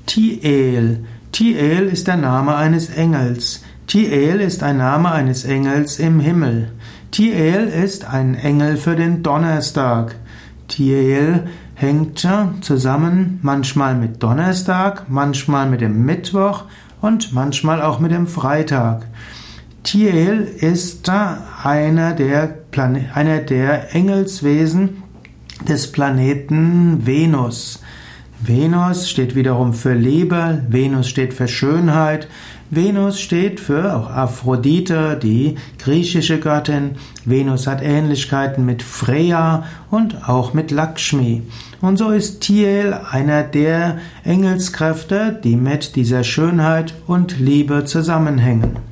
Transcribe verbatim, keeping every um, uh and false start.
Thiel. Thiel ist der Name eines Engels. Thiel ist ein Name eines Engels im Himmel. Thiel ist ein Engel für den Donnerstag. Thiel hängt zusammen manchmal mit Donnerstag, manchmal mit dem Mittwoch und manchmal auch mit dem Freitag. Thiel ist einer der, Plan- einer der Engelswesen des Planeten Venus. Venus steht wiederum für Liebe, Venus steht für Schönheit, Venus steht für auch Aphrodite, die griechische Göttin. Venus hat Ähnlichkeiten mit Freya und auch mit Lakshmi. Und so ist Thiel einer der Engelskräfte, die mit dieser Schönheit und Liebe zusammenhängen.